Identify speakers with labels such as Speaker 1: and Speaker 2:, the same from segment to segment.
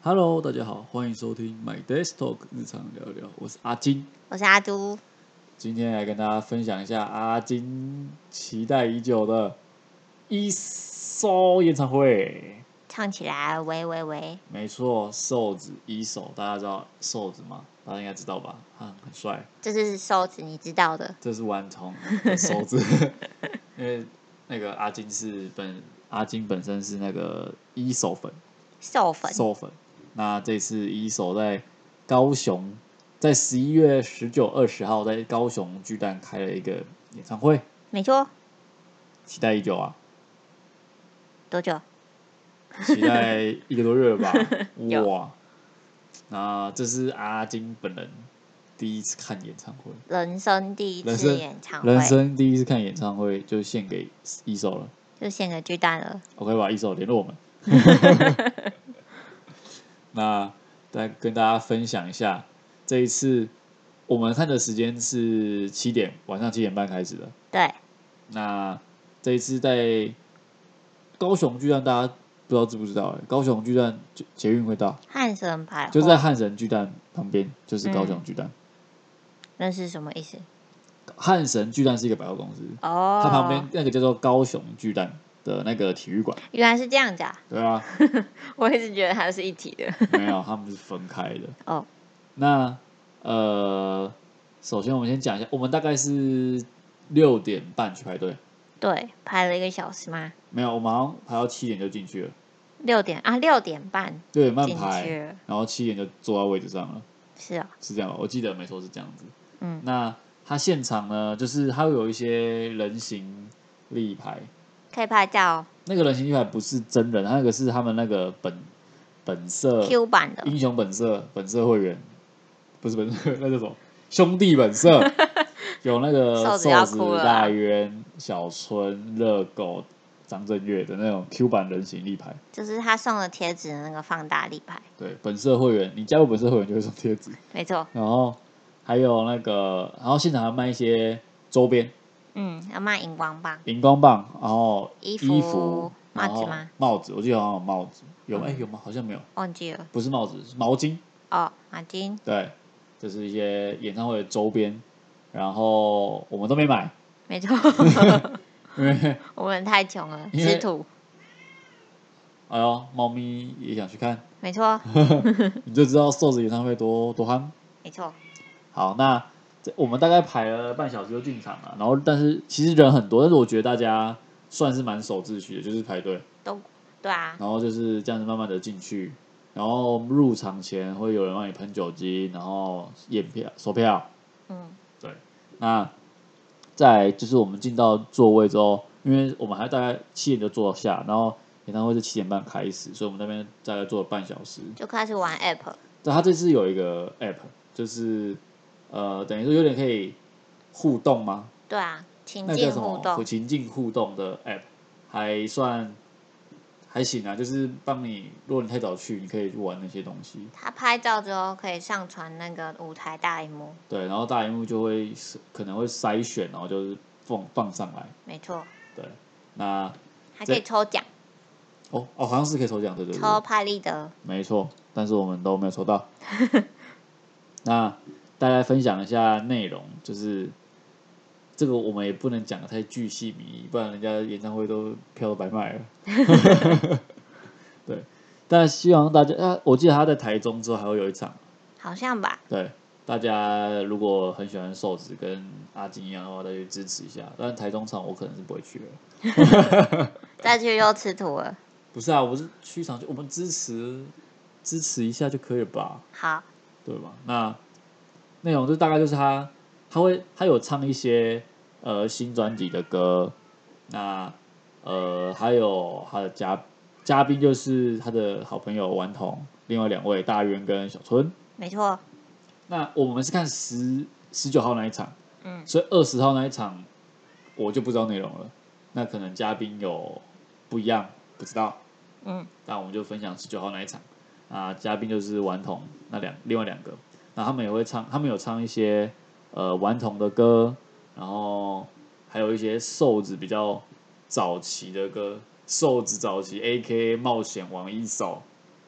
Speaker 1: Hello，大家好，欢迎收听 My Desk Talk 日常聊聊，我是阿金，
Speaker 2: 我是阿朱。
Speaker 1: 今天来跟大家分享一下阿金期待已久的ESO演唱会。
Speaker 2: 唱起来，喂喂喂！
Speaker 1: 没错，瘦子ESO，大家知道瘦子吗？大家应该知道吧？他很帅，
Speaker 2: 这是瘦子，你知道的。
Speaker 1: 这是顽童的瘦子，因为那个阿金本身是那个ESO粉，
Speaker 2: 瘦粉。
Speaker 1: 那这次ESO在高雄，在11月19、20号在高雄巨蛋开了一个演唱会，
Speaker 2: 没错。
Speaker 1: 期待已久啊！
Speaker 2: 多久？
Speaker 1: 期待1个多月了吧？
Speaker 2: 有
Speaker 1: 哇！那这是阿金本人第一次看演唱会，
Speaker 2: 人生第一
Speaker 1: 人生
Speaker 2: 次演唱
Speaker 1: 人
Speaker 2: 会，
Speaker 1: 生第一次看演唱会就献给ESO了。
Speaker 2: 就献给巨蛋了。
Speaker 1: OK 吧，ESO联络我们。那再跟大家分享一下，这一次我们看的时间是晚上7点半开始的。
Speaker 2: 对，
Speaker 1: 那这一次在高雄巨蛋，大家不知道知不知道？高雄巨蛋捷运会到，
Speaker 2: 汉神百货
Speaker 1: 就是在汉神巨蛋旁边，就是高雄巨蛋。
Speaker 2: 那是什么意思？
Speaker 1: 汉神巨蛋是一个百货公司，
Speaker 2: 哦，
Speaker 1: 它旁边那个叫做高雄巨蛋的那个体育馆。
Speaker 2: 原来是这样子啊！
Speaker 1: 对啊，
Speaker 2: 我一直觉得它是一体的。
Speaker 1: 没有，他们是分开的。
Speaker 2: 哦，
Speaker 1: 那首先我们先讲一下，我们大概是6点半去排队，
Speaker 2: 对，排了1个小时吗？
Speaker 1: 没有，我们好像排到7点就进去了。
Speaker 2: 6点半
Speaker 1: 6点半
Speaker 2: 进去
Speaker 1: 排，
Speaker 2: 了。
Speaker 1: 然后7点就坐在位置上了，
Speaker 2: 是啊，
Speaker 1: 是这样吧？我记得没错是这样子。
Speaker 2: 嗯，
Speaker 1: 那它现场呢，就是它会有一些人形立牌，
Speaker 2: 可以拍照哦
Speaker 1: 那个人形立牌不是真人，它那个是他们那个本色
Speaker 2: ，Q 版的。
Speaker 1: 英雄本色会员，不是本色，那叫什么？兄弟本色，有那个
Speaker 2: 瘦子要
Speaker 1: 瘦子、
Speaker 2: 哭了啊
Speaker 1: 大渊、小春、热狗、张震岳的那种 Q 版人形立牌。
Speaker 2: 就是他送的贴纸的那个放大立牌。
Speaker 1: 对，本色会员，你加入本色会员就会送贴纸。
Speaker 2: 没错。
Speaker 1: 然后还有那个，然后现场还卖一些周边，
Speaker 2: 要卖荧光棒、
Speaker 1: 荧光棒，然后
Speaker 2: 衣
Speaker 1: 服、然后
Speaker 2: 帽子吗？
Speaker 1: 帽子，我记得好像有帽子，有吗？好像没有，
Speaker 2: 忘记了。
Speaker 1: 不是帽子，是毛巾。
Speaker 2: 哦，马巾。
Speaker 1: 对，这是一些演唱会的周边，然后我们都没买，
Speaker 2: 没错。
Speaker 1: 因为
Speaker 2: 我们太穷了，
Speaker 1: 因为
Speaker 2: 吃土。
Speaker 1: 哎呦，猫咪也想去看，
Speaker 2: 没错，
Speaker 1: 你就知道瘦子演唱会多夯。
Speaker 2: 没错。
Speaker 1: 好，那我们大概排了半小时就进场了，然后但是其实人很多，但是我觉得大家算是蛮守秩序的，就是排队，
Speaker 2: 都对啊，
Speaker 1: 然后就是这样子慢慢的进去，然后入场前会有人帮你喷酒精，然后验票、收票。对。那再来就是我们进到座位之后，因为我们还大概7点就坐下，然后演唱会是7点半开始，所以我们那边大概坐了半小时。
Speaker 2: 就开始玩 app。
Speaker 1: 对，他这次有一个 app，就是等于说有点可以互动吗？
Speaker 2: 对啊，情
Speaker 1: 那叫什么？
Speaker 2: 境互动。
Speaker 1: 情境互动的 app，还行啊，就是帮你，如果你太早去，你可以玩那些东西。
Speaker 2: 他拍照之后可以上传那个舞台大荧幕。
Speaker 1: 对，然后大荧幕就会可能会筛选，然后就是放上来。
Speaker 2: 没错。
Speaker 1: 对，那
Speaker 2: 还可以抽奖，
Speaker 1: 好像是可以抽奖，对对对，
Speaker 2: 抽拍立得。
Speaker 1: 没错，但是我们都没有抽到。那大家分享一下内容，就是这个我们也不能讲的太巨细靡遗，不然人家演唱会票都白卖了。对，但希望大家，我记得他在台中之后还会有一场，
Speaker 2: 好像吧。
Speaker 1: 对，大家如果很喜欢瘦子跟阿金一样的话，再去支持一下。但台中场我可能是不会去了。
Speaker 2: 再去又吃土了。
Speaker 1: 不是啊，我是去场我们支持一下就可以了吧？
Speaker 2: 好。
Speaker 1: 对吧？那内容就大概就是他有唱一些新专辑的歌，那还有他的嘉宾就是他的好朋友顽童，另外2位大渊跟小春。
Speaker 2: 没错。
Speaker 1: 那我们是看19号那一场，所以20号那一场我就不知道内容了。那可能嘉宾有不一样，不知道。那我们就分享19号那一场啊，嘉宾就是顽童另外2个，那他们也会唱，他们有唱一些顽童的歌，然后还有一些瘦子比较早期的歌，瘦子早期 A.K.A 冒险王一手，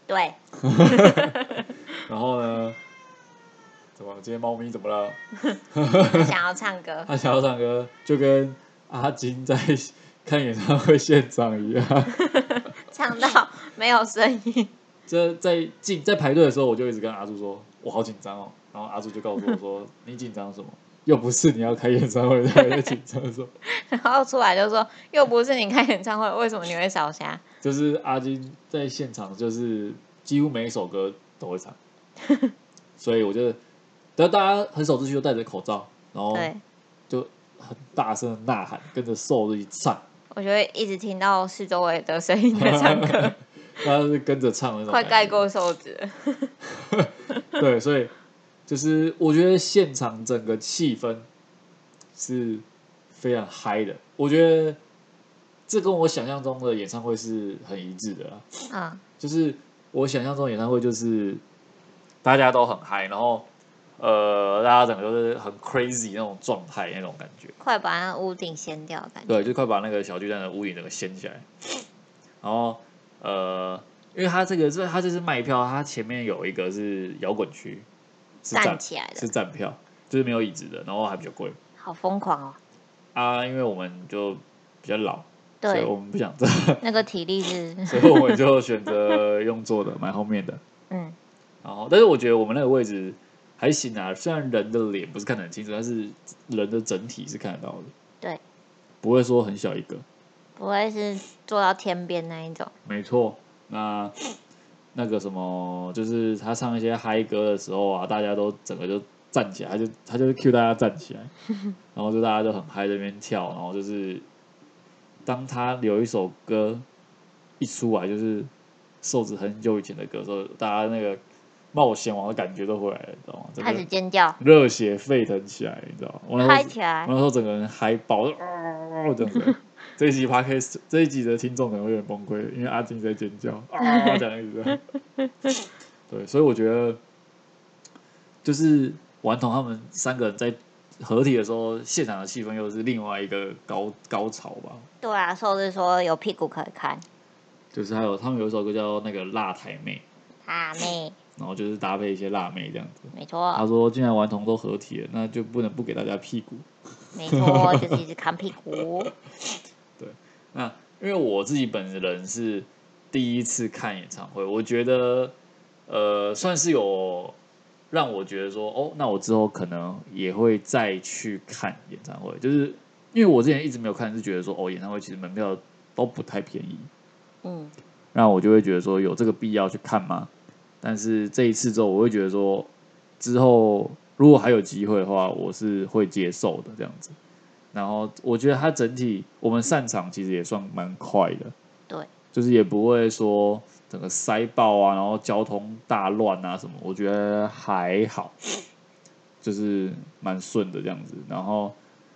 Speaker 2: 对。
Speaker 1: 然后呢，怎么今天猫咪怎么了？
Speaker 2: 他想要唱歌。
Speaker 1: 他想要唱歌，就跟阿金在看演唱会现场一样，
Speaker 2: 唱到没有声音。
Speaker 1: 这在排队的时候，我就一直跟阿朱说，我好紧张哦。然后阿朱就告诉我说，你紧张什么？又不是你要开演唱会在紧张什么？
Speaker 2: 然后出来就说，又不是你开演唱会，为什么你会烧瞎？
Speaker 1: 就是阿金在现场，就是几乎每一首歌都会唱，所以我就，但大家很守秩序，都戴着口罩，然后就很大声的呐喊，跟着瘦子一起唱。
Speaker 2: 我就会一直听到四周围的声音在唱歌，
Speaker 1: 他是跟着唱那种，
Speaker 2: 快盖过瘦子了。
Speaker 1: 对，所以就是我觉得现场整个气氛是非常嗨的，我觉得这跟我想象中的演唱会是很一致的啦。就是我想象中的演唱会就是大家都很嗨，然后大家整个都是很 crazy 那种状态，那种感觉，
Speaker 2: 快把那屋顶掀掉的感觉。
Speaker 1: 对，就快把那个小巨蛋的屋顶整个掀起来。然后因为它这是卖票，它前面有一个是摇滚区，是
Speaker 2: 站起来的，
Speaker 1: 是站票，就是没有椅子的，然后还比较贵。
Speaker 2: 好疯狂
Speaker 1: 哦！因为我们就比较老，
Speaker 2: 对，
Speaker 1: 所以我们不想坐。
Speaker 2: 那个体力是，
Speaker 1: 所以我们就选择用坐的，买后面的。然后，但是我觉得我们那个位置还行啊，虽然人的脸不是看得很清楚，但是人的整体是看得到的。
Speaker 2: 对，
Speaker 1: 不会说很小一个，
Speaker 2: 不会是坐到天边那一种。
Speaker 1: 没错，那个什么，就是他唱一些嗨歌的时候啊，大家都整个就站起来，他就 cue 大家站起来，然后就大家就很嗨在那边跳，然后就是当他有一首歌一出来，就是瘦子很久以前的歌的时候，大家那个冒险王的感觉都回来了，你知道吗？
Speaker 2: 开始尖叫，
Speaker 1: 热血沸腾起来，你知道吗？
Speaker 2: 嗨起来，
Speaker 1: 我那时候整个人嗨爆，这样子。这一集 podcast 这一集的听众可能会有点崩溃，因为阿金在尖叫这样子。对，所以我觉得就是顽童他们3个人在合体的时候，现场的气氛又是另外一个高潮吧。
Speaker 2: 对啊，瘦子说有屁股可以看，
Speaker 1: 就是他们有一首歌叫那个辣台妹，
Speaker 2: 辣妹，
Speaker 1: 然后就是搭配一些辣妹这样子。
Speaker 2: 没错。
Speaker 1: 他说，既然顽童都合体了，那就不能不给大家屁股。
Speaker 2: 没错，就是一直看屁股。
Speaker 1: 对，那因为我自己本人是第一次看演唱会，我觉得算是有让我觉得说，哦，那我之后可能也会再去看演唱会，就是因为我之前一直没有看，是觉得说，哦，演唱会其实门票都不太便宜，那我就会觉得说，有这个必要去看吗？但是这一次之后，我会觉得说，之后如果还有机会的话，我是会接受的这样子。然后我觉得它整体我们散场其实也算蛮快的，
Speaker 2: 对，
Speaker 1: 就是也不会说整个塞爆啊，然后交通大乱啊什么，我觉得还好，就是蛮顺的这样子。然后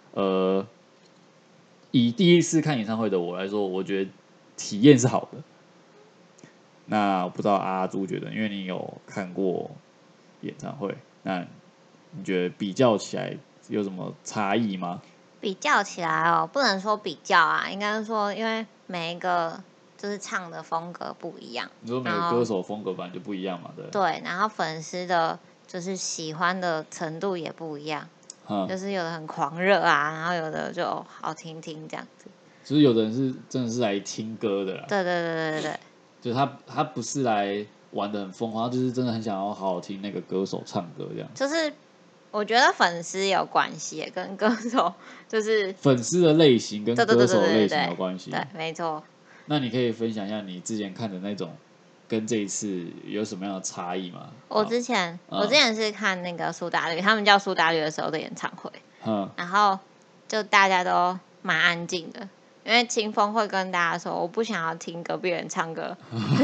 Speaker 1: 以第一次看演唱会的我来说，我觉得体验是好的。那我不知道阿朱觉得，因为你有看过演唱会，那你觉得比较起来有什么差异吗？
Speaker 2: 比较起来哦，不能说比较啊，应该是说，因为每一个就是唱的风格不一样。
Speaker 1: 你说每个歌手风格本来就不一样嘛，对。
Speaker 2: 对，然后粉丝的就是喜欢的程度也不一样，就是有的很狂热啊，然后有的就好听听这样子。
Speaker 1: 就是有的人是真的是来听歌的啦。
Speaker 2: 对，
Speaker 1: 就是他不是来玩的很疯狂，他就是真的很想要好好听那个歌手唱歌这样。
Speaker 2: 就是我觉得粉丝有关系，跟歌手就是
Speaker 1: 粉丝的类型跟歌手的类型有关系。
Speaker 2: 对，没错。
Speaker 1: 那你可以分享一下你之前看的那种，跟这一次有什么样的差异吗？
Speaker 2: 我之前是看那个苏打绿，他们叫苏打绿的时候的演唱会，然后就大家都蛮安静的，因为清风会跟大家说我不想要听隔壁人唱歌。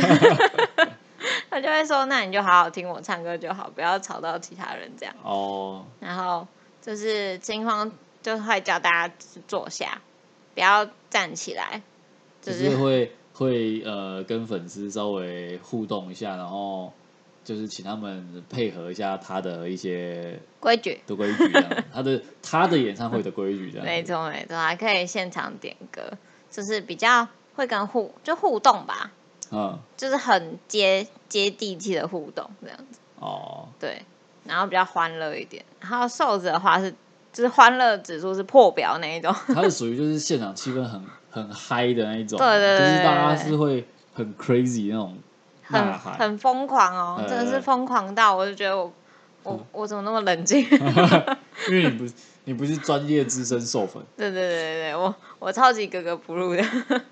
Speaker 2: 他就会说，那你就好好听我唱歌就好，不要吵到其他人这样。然后就是清风就会叫大家坐下，不要站起来，
Speaker 1: 就是会跟粉丝稍微互动一下，然后就是请他们配合一下他的一些
Speaker 2: 规矩
Speaker 1: 这样，他的演唱会的规矩这样。
Speaker 2: 没错，还可以现场点歌，就是比较会跟互动吧。 就是很接地气的互动这样子。哦，对，然后比较欢乐一点。然后瘦子的话就是欢乐指数是破表那一种。
Speaker 1: 它是属于就是现场气氛很嗨的那一种，
Speaker 2: 对，
Speaker 1: 就是大家是会很 crazy 那种呐喊，
Speaker 2: 很疯狂哦，真的是疯狂到我就觉得我怎么那么冷静？
Speaker 1: 因为你不是专业资深瘦粉。
Speaker 2: 对，我超级格格不入的。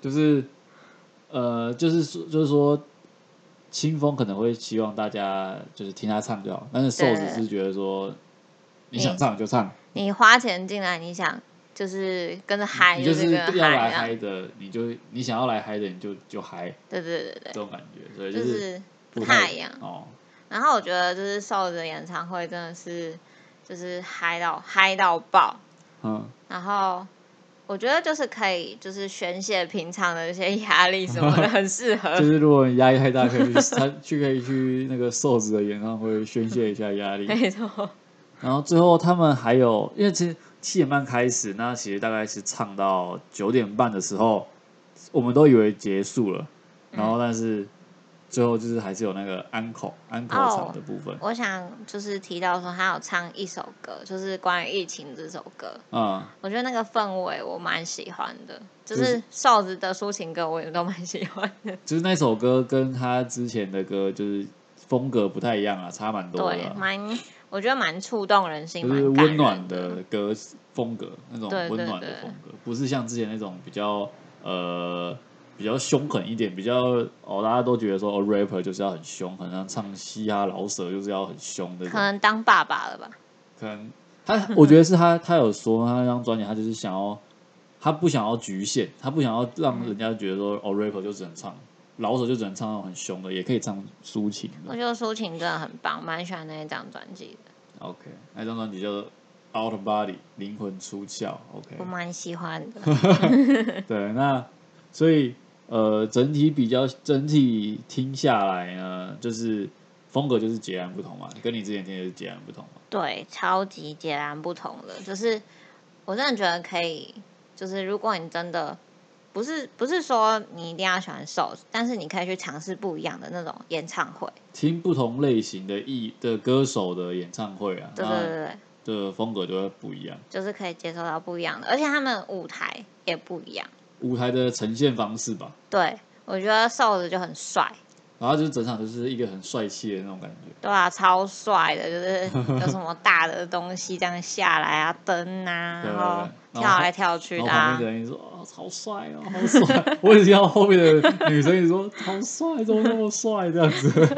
Speaker 1: 就是说，清风可能会希望大家就是听他唱就好，但是瘦子是觉得说你想唱就唱，
Speaker 2: 你花钱进来，你想就是跟着嗨，
Speaker 1: 你就是要来嗨的，你想要来嗨的你就嗨，
Speaker 2: 对，
Speaker 1: 这种感觉，所以
Speaker 2: 就是不太一样哦。然后我觉得就是瘦子的演唱会真的是就是嗨到爆，然后我觉得就是可以就是宣泄平常的一些压力什么的，很适合。
Speaker 1: 就是如果你压力太大，可以去那个瘦子的演唱会宣泄一下压力。
Speaker 2: 没错。
Speaker 1: 然后最后他们还有，因为其实7点半开始，那其实大概是唱到9点半的时候，我们都以为结束了，然后但是最后就是还是有那个安口场的部分。
Speaker 2: 我想就是提到说他有唱一首歌，就是关于疫情这首歌。我觉得那个氛围我蛮喜欢的，就是瘦子的抒情歌我也都蛮喜欢的。
Speaker 1: 就是那首歌跟他之前的歌就是风格不太一样啊，差蛮多的。
Speaker 2: 对，我觉得蛮触动人心，
Speaker 1: 就是温暖的歌风格，那种温暖的风格，不是像之前那种比较凶狠一点，比较大家都觉得说rapper 就是要很凶，可能唱嘻哈老舍就是要很凶的。
Speaker 2: 可能当爸爸了吧？
Speaker 1: 可能我觉得是他有说他那张专辑，他就是他不想要局限，他不想要让人家觉得说rapper 就只能唱老舍就只能唱那种很凶的，也可以唱抒情的。
Speaker 2: 我觉得抒情真的很棒，蛮喜欢那一张专辑的。
Speaker 1: OK， 那张专辑叫做 Out of Body 灵魂出窍。OK，
Speaker 2: 我蛮喜欢的。
Speaker 1: 对，那所以整体听下来呢，就是风格就是截然不同嘛，跟你之前听的是截然不同嘛。
Speaker 2: 对，超级截然不同的，就是我真的觉得可以，就是如果你真的不是说你一定要喜欢 Soul， 但是你可以去尝试不一样的那种演唱会，
Speaker 1: 听不同类型的歌手的演唱会啊，
Speaker 2: 对，
Speaker 1: 的风格就会不一样，
Speaker 2: 就是可以接受到不一样的，而且他们舞台也不一样，
Speaker 1: 舞台的呈现方式吧。
Speaker 2: 对，我觉得 Soul 就很帅。
Speaker 1: 然后就是整场就是一个很帅气的那种感觉，
Speaker 2: 对啊，超帅的，就是有什么大的东西这样下来啊，灯啊，然后跳来跳去的。
Speaker 1: 然后旁边的人说：“超帅哦，好帅！”我也听到后面的女生也说：“好帅，怎么那么帅？”这样子。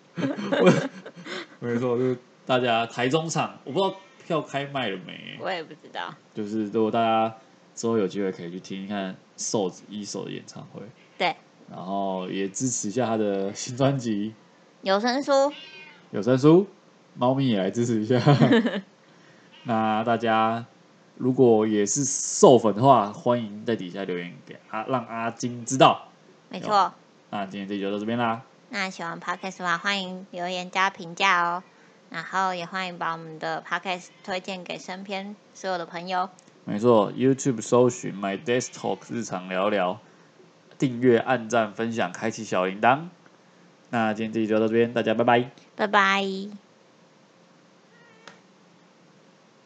Speaker 1: 没错，就是大家台中场，我不知道票开卖了没，
Speaker 2: 我也不知道。
Speaker 1: 就是如果大家之后有机会可以去听听看瘦子1手的演唱会。
Speaker 2: 对。
Speaker 1: 然后也支持一下他的新专辑
Speaker 2: 有声书，
Speaker 1: 猫咪也来支持一下。那大家如果也是瘦粉的话，欢迎在底下留言给让阿金知道。
Speaker 2: 没错。
Speaker 1: 那今天这集就到这边啦。
Speaker 2: 那喜欢 Podcast 的话，欢迎留言加评价哦。然后也欢迎把我们的 Podcast 推荐给身边所有的朋友。
Speaker 1: 没错 ，YouTube 搜寻 My Desk Talk 日常聊聊。订阅、按赞、分享、开启小铃铛。那今天这集就到这边，大家拜拜。
Speaker 2: 拜拜。